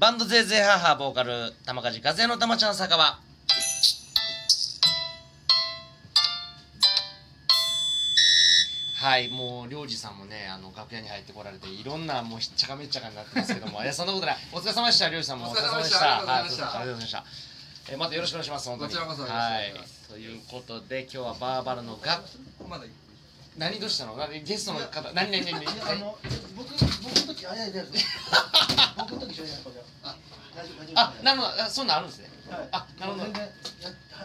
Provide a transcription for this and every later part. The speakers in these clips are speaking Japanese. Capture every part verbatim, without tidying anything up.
バンドゼーゼーハーハーボーカル玉梶和也の玉ちゃん酒場。はい、もうりょうじさんもね、あの楽屋に入ってこられていろんなもうひっちゃかめっちゃかになってますけどもいやそんなことない。お疲れ様でした。りょうじさんもお疲れ様でした。ありがとうございました。 ありがとうございました。えまたよろしくお願いします。本当にこちらこそよろしくおは願いします。 い、ということで今日はバーバラのがまだ何どうしたの？何ゲストの方何何何何あの僕僕の時あれです。僕の時一緒じゃないこれ。あ、大丈夫大丈夫。 あ、なるほど、あそんなんあるんですね。 はい。 あ、なるほど。 全然やあ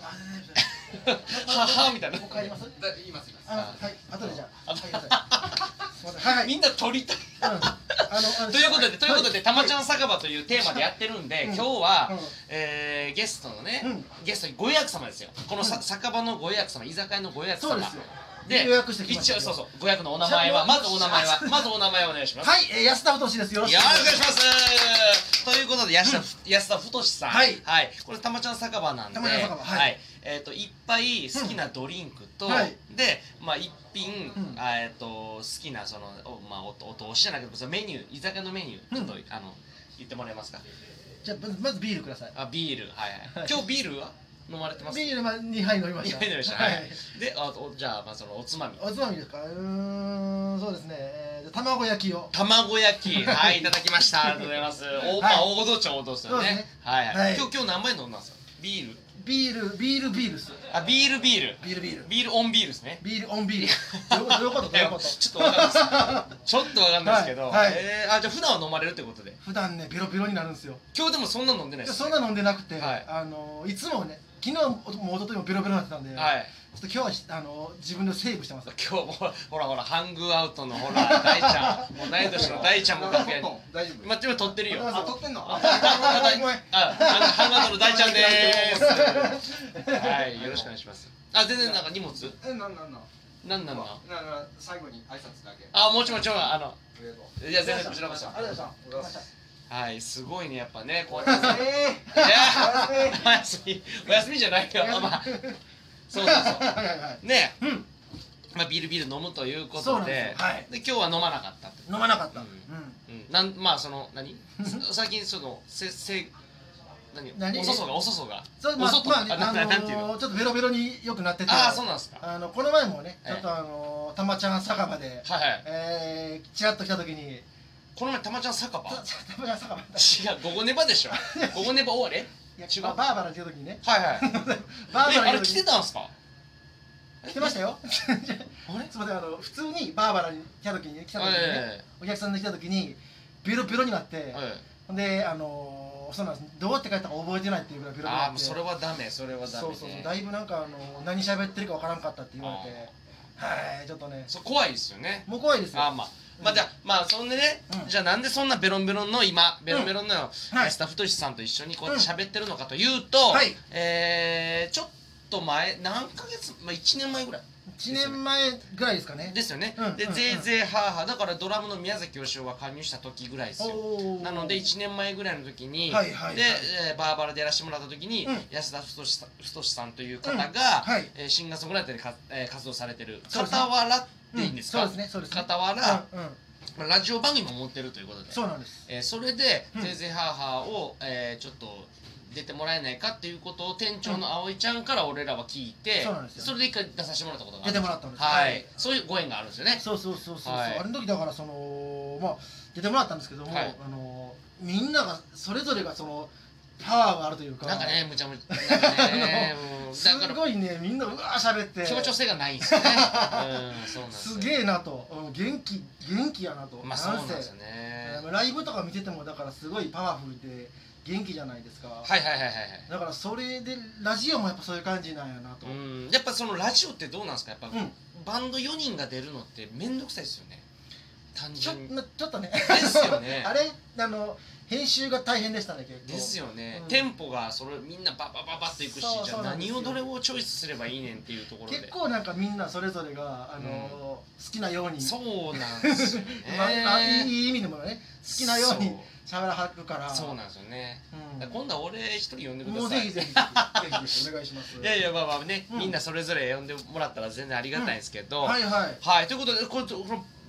ははみたいな。 もう帰ります。 だ言います言います。 あ、はい。後でじゃあ。 あはいはいはい。 みんな撮りたい。 あのということで、ということで、たまちゃん酒場というテーマでやってるんで、 うん今日はうん、 えーゲストのねうん、 ゲストにご予約様ですよ。このさうん酒場のご予約様、居酒屋のご予約様。 そうですよ。 で、 予約してきました一応、そうそう、ご予約のお名前は、まずお名前は、まずお名前をお願いします。 はい、えー安田太です。よろしくよろしくお願いしますということで、安田安田太さん、 はいこれたまちゃん酒場なんで、 たまちゃん酒場はいえっといっぱい好きなドリンクと、 うんはいでまあ一品、 んあえっと好きなそのおまあおお通しじゃないけどそのメニュー居酒屋のメニューちょっと、 うんあの言ってもらえますか。 じゃあまずまずビールください。 あビールはいはい、 はい今日ビールは飲まれてます？ ビールまにはい飲みました。 いや飲みましたははいい。であおじゃあまあそのおつまみ。 おつまみですか。うーん、そうですね。えー卵焼きを。 卵焼きはいいただきましたありがとうございます。おまあ王道っちゃ王道ですよね。 そうですねはいはい。 はい今日今日何杯飲んだんですか？ビール。 ビールビールビールス。 あビールビール。 ビールビール。 ビールオンビールですね。 ビールオンビール。どういうことどういうことどういうこと。 ちょっとわかんないです。ちょっとわかんないですけど。 はいはいえーあじゃあ普段は飲まれるってことで。 普段ねベロベロになるんですよ。 今日でもそんな飲んでないです、 そんな飲んでなくて、 はいあのいつもね昨日も一昨日もベロベロになってたんで、 はい。 ちょっと今日はあの自分でセーブしてます。 今日もほらほらほらハングアウトのほら大ちゃんもう同い年の大ちゃんも楽屋に。 大丈夫。 今今撮ってるよ。 ああ撮ってんの？ ああごめんあハングアウトの大ちゃんでーす。はいよろしくお願いします。あ全然なんか荷物えなんなんなん。 なんなんの。 なな最後に挨拶だけ。 あもちろんもちろんあのありがとう。 いや全然こちらこそ。 ありがとうございましたはいすごいねやっぱねこうやって。 えいやお休みお休みじゃないよまあそうそうそうはいはいはい。 ねうんまあビールビール飲むというこそうなんとでですよはいで今日は飲まなかったって飲まなかった。 ううんん。 うんなんまあその何最近そのせせ何何おそそがおそそがそうまあおそとまあねあなあななんていうののちょっとベロベロによくなってて。 ああそうなんですかあのこの前もねええちょっとあのたまちゃん酒場ではいはいえーちらっと来た時にこの前たまちゃん酒場たたまちゃん酒場違う午後ネバでしょ午後ネバ終わりいや違うバーバラに来た時にねはいはいバーえあれ来バラに来た時にてたんすか来てましたよ。 あれすみませんあの普通にバーバラに来た時にね来た時にねえお客さんで来た時にベロベロになってええほんであのそうなんですどうやって帰ったか覚えてないっていうぐらいベロベロになってああもうそれはダメそれはダメそうそうそうだいぶなんかあの何喋ってるかわからんかったって言われてはいちょっとねそう怖いですよねもう怖いですよ。 あーまあまあじゃあまあそんでね、 うんじゃあなんでそんなベロンベロンの今ベロンベロンのはいスタッフとしさんと一緒にこうやって喋ってるのかというと、 はいえー、ちょっと前何ヶ月まあいちねんまえぐらいいちねんまえぐらいですかね。 ですよね、で、 うんうんぜいぜいハーハーだからドラムの宮崎義雄が加入した時ぐらいですよおーなのでいちねんまえぐらいの時に、 はいはいはいで、えーバーバラでやらせてもらった時に、 うん安田太さん太さんという方が、 うんはいえーシンガーソングライターでか、えー活動されてるそうですね傍らでいいんですか、 うんそうですねそうですね傍ら、 うんうんまあラジオ番組も持ってるということでそうなんです。 えーそれで「 うんぜいぜいハーハーを」えーちょっと出てもらえないかっていうことを店長の葵ちゃんから俺らは聞いて、 そうなんですよそれで一回出させてもらったことがある出てもらったんですはい、 はいそういうご縁があるんですよねそうそうそうそうそう、 はいあれの時だからそのまあ出てもらったんですけども、 はいあのみんながそれぞれがそのパワーがあるというかなんかねむちゃむちゃなんかねうんすだからごいねみんなうわー喋って協調性がないんですよねうんそうなんですよすげえなと、うん元気元気やなと、 まあそうなんですよねえーライブとか見ててもだからすごいパワフルで元気じゃないですか、 はいはいはいはいはいだからそれでラジオもやっぱそういう感じなんやなと、 うんやっぱそのラジオってどうなんですかやっぱ、 うんバンドよにんが出るのって面倒くさいですよね単ちょ純になちょっとねですよねあれあの編集が大変でしたね結構ですよね、 うんテンポがそれみんなババババっていくしそうじゃあそうなんですよ何をどれをチョイスすればいいねんっていうところで結構なんかみんなそれぞれがあのー好きなようにそうなんですよねまあ、あいいいい意味でもね好きなように喋らはるからそうそうなんですよね、 うんだから今度は俺一人呼んでくださいもうぜひぜひぜひぜひお願いしますいやいやまあまあね、 うんみんなそれぞれ呼んでもらったら全然ありがたいんですけど、 はいはいはいということでこれこの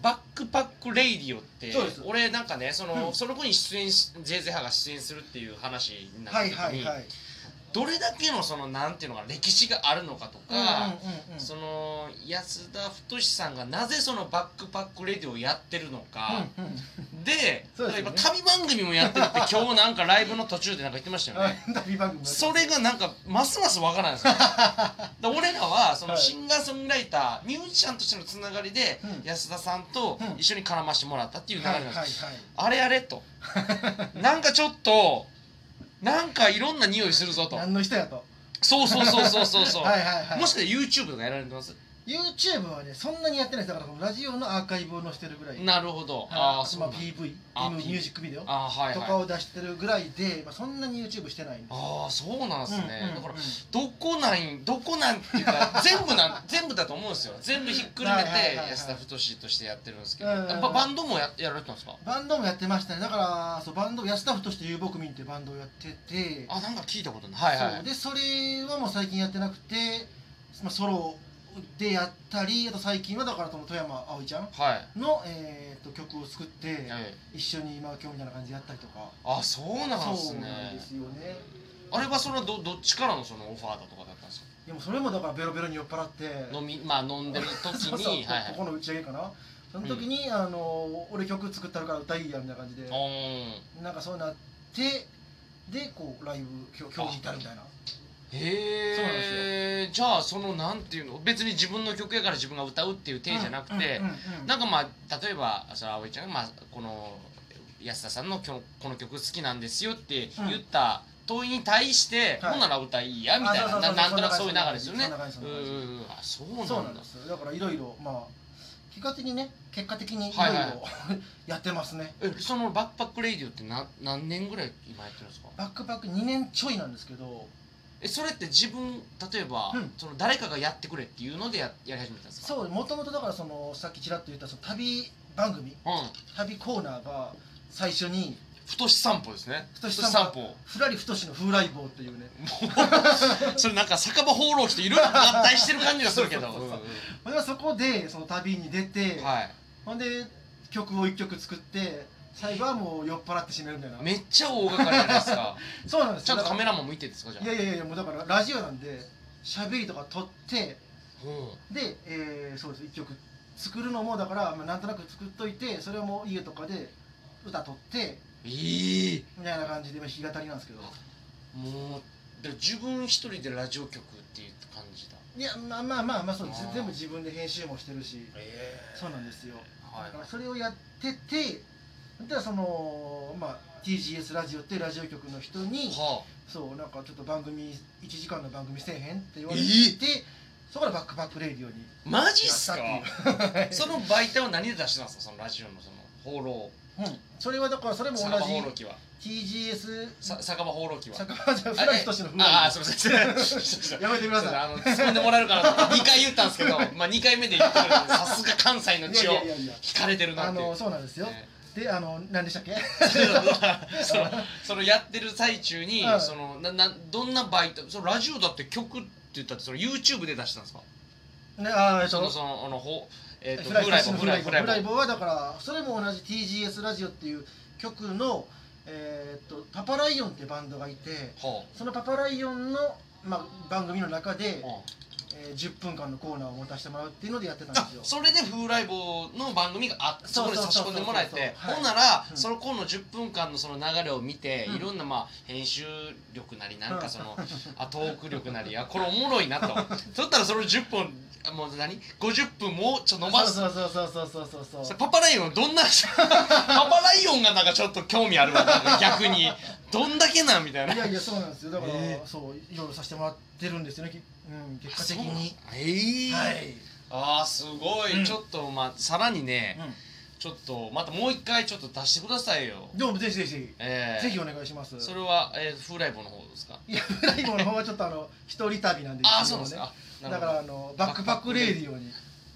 バックパックレイディオってそうです俺なんかねその、 うん、 その子に出演しゼーゼー派が出演するっていう話になったはい時に、 はいはいどれだけのそのなんていうのか歴史があるのかとか、 うんうんうんうんその安田太さんがなぜそのバックパックレディオをやってるのか、 うんうんで、 そうですよね今旅番組もやってるって今日なんかライブの途中でなんか言ってましたよね。 旅番組それがなんかますますわからないんですよ。で俺らはそのはいシンガーソングライターミュージシャンとしてのつながりでうん安田さんとうん一緒に絡ましてもらったっていう流れはいはいなんですよ。 はいあれあれとなんかちょっとなんかいろんな匂いするぞと。 何の人やとそうそうそうそうそうそう。 はいはいはいもしかして YouTube とかやられてます？ YouTube はねそんなにやってないですだからこのラジオのアーカイブを載せてるぐらいなるほど。 はいあああとまあそうなんだ。 ピーブイあミ P ュージックビデオあーはいとはい。 かを出してるぐらいで、まあ、そんなに YouTube してないんですああそうなんですね、 うんうんうんだからどこなんどこなんっていうか全部なん全部だと思うんですよ。全部ひっくるめはいはいはいはいて安田太としてやってるんですけど、 うんうんうんやっぱバンドもややられてたんですか？ バンドもやってましたねだからそうバンド安田太と遊牧民っていうバンドをやっててあなんか聞いたことない。はいはい。 そうでそれはもう最近やってなくて、まあ、ソロでやったりあと最近はだからその富山葵ちゃんはい。 の、えー、と曲を作って、 はい一緒に今今日みたいな感じでやったりとかあそうなんですそうなんねですよねあれはそれはどどっちからのそのオファーだとかだったんですか？ でもそれもだからベロベロに酔っ払って飲みまあ飲んでる時そうそうにはいはいここの打ち上げかなその時に、あの俺曲作ったるから歌いいやみたいな感じでおーなんかそうなってでこうライブ今日今日に至るみたいなへそうなんですえじゃあそのなんていうの別に自分の曲やから自分が歌うっていう体じゃなくて、 うんうんうんうんなんかまあ例えばその葵ちゃんが、まあ、この安田さんの今日この曲好きなんですよって言った問いに対して、 はいほんなら歌いいやみたいな、 あそうそうそうななんとなくそういう流れですよねそんな感じそんな感じうんうんうんあそうなんだそうなんですだからいろいろまあ結果的にね結果的にいろいはいはいろやってますねえそのバックパックレイディオって何何年ぐらい今やってるんですか？ バックパックにねんちょいなんですけどえそれって自分例えば、 うんその誰かがやってくれっていうのでややり始めたんですか？ そうもともとだからそのさっきちらっと言ったその旅番組うん旅コーナーが最初に太し散歩ですね太し散散歩歩ふらり太しの風来坊っていうねそれなんか酒場放浪記といろいろ合体してる感じがするけどそうそうそうそううんうん俺はそこでその旅に出て、 はいほんで曲をいっきょく作って最後はもう酔っ払って締めるみたいなめっちゃ大掛かりじゃないですかそうなんですちゃんとカメララマン向いてるんですかじゃあいやいやいやもうだからラジオなんで喋りとか撮ってうんで、えー、そうですいっきょく作るのもだから、まあ、なんとなく作っといてそれをもう家とかで歌撮っていいみたいな感じでまあ弾き語りなんですけどもうで自分一人でラジオ局っていう感じだいやまあまあまあまあそうですあー全部自分で編集もしてるしえそうなんですよはいだからそれをやっててでそのまあ ティージーエス ラジオっていうラジオ局の人にはそうなんかちょっと番組いちじかんの番組せえへんって言われて、 えそこからバックパックレディオにあマジっすかやったっていうその媒体は何で出してたんですかそのラジオのその放浪うん、それはだからそれも同酒場じ放浪記はティージーエスさ酒場放浪記は酒場じゃフライトしてのフライああすいませんやめてくださいあの突っ込んでもらえるかなと思ってにかい言ったんですけどまあにかいめで言ってくれるさすが関西のい血をやいやいやいや引かれてるなあっていうのそうなんですよ、 ねであの何でしたっけそのそのやってる最中に、 はいそのななどんな媒体そのラジオだって曲って言ったってその YouTube で出したんですか？ ねあーえっとそのそのあのほえっ、とフライフライボトフライボフライフライボフライボはだからそれも同じ ティージーエス ラジオっていう曲のえーっとパパライオンってバンドがいてはそのパパライオンの、まあ、番組の中であ、はえー、じゅっぷんかんのコーナーを持たせてもらうっていうのでやってたんあ、あですよそれで風来坊の番組があってそこに差し込んでもらえてそうそうそうそうはいほんなら、 うんその今のじゅっぷんかんのその流れを見て、 うんいろんなまあ編集力なりなんかその、 うんあトーク力なりあこれおもろいなとそったらそれじゅっぽんもう何ごじゅっぷんもうちょっと伸ばすそうそうそうそうそうそうそうそれパパライオンどんなパパライオンがなんかちょっと興味あるわなんか逆にどんだけなんみたいないやいやそうなんですよだから、 えーそういろいろさせてもらってるんですよね、きうん、結果的にええはい、 ああすごい、 うんちょっとまあさらにね、 うちょっとまたもう一回ちょっと出してくださいよん、でもぜひぜひぜひ、 ええぜひお願いしますそれは、えー、風来坊の方ですか？ いやフライボーの方はちょっとあの一人旅なんでああ一応ねそうなんですか。なだるほどからあのバックパックレディオに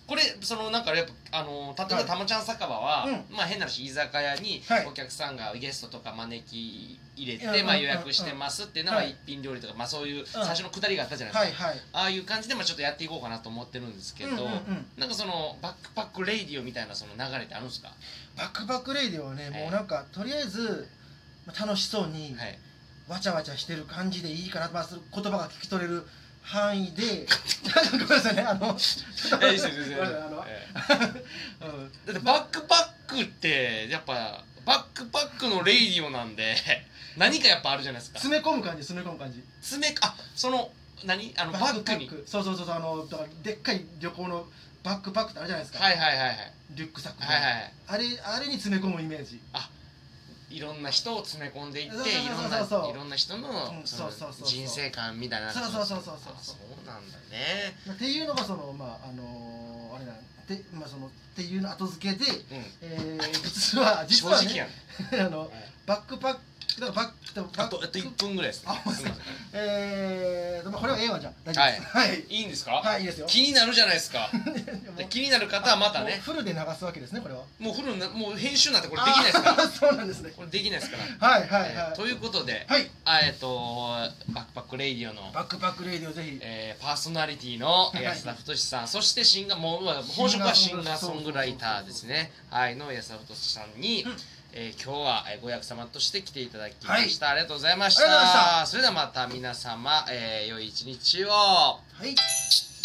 これそのなんかやっぱあの例えばはいたまちゃん酒場は、 うんまあ変な話居酒屋にはいお客さんがゲストとか招き入れて、 うんまあ予約してますっていうのははい一品料理とか、まあそういう最初のくだりがあったじゃないですか、 はいはいああいう感じでまあちょっとやっていこうかなと思ってるんですけど、 うんうんうんなんかそのバックパックレイディオみたいなその流れってあるんですか？ バックバックレイディオはね、 はいもうなんかとりあえずまあ楽しそうにはい。 わちゃわちゃしてる感じでいいかな、まあ、その言葉が聞き取れる範囲でごめんなさいねあのちょっとえいいですよいいですよごめんなさいあのえうんえだってバックパックってやっぱバックパックのレイディオなんで何かやっぱあるじゃないですか。 詰め込む感じ詰め込む感じ詰めあその何あのババックックにパックそうそうそうそうあのだからでっかい旅行のバックパックってあるじゃないですか、 はいはいはいはいリュックサックはいはいあれあれに詰め込むイメージいろんな人を詰め込んでいってそうそうそういろんなそうそういろんな人のうんそのそうそうそうそう人生観みたいなそうそうそうそうそうあそうなんだね。 っていうのがそのまああのーあれなんでまあそのっていうの後付けで、 うんえー、実は正実は直やねん。 あのバックパックだからバックバックあとあといっぷんぐらいですね。 あほんまですかすいまえー、まあこれはええわじゃあ大丈夫ですはいせんいいんですか？ はいいいですよ気になるじゃないですか。で気になる方はまたもうねフルで流すわけですねこれはもうフルなもう編集なんてこれできないですからあーそうなんですねこれできないですから。 はいはいはいえーということで、 はいあえっとバックパックレイディオの、 バックパックレイディオぜひえーパーソナリティのはい安田太さん、そしてシンガもうまあ本職はシンガーソングライターですね、はいの安田太さんに、 うんえー今日はえーご役様として来ていただきました、ありがとうございましありがとうございまた。それではまた皆様、えー良い一日を。 はい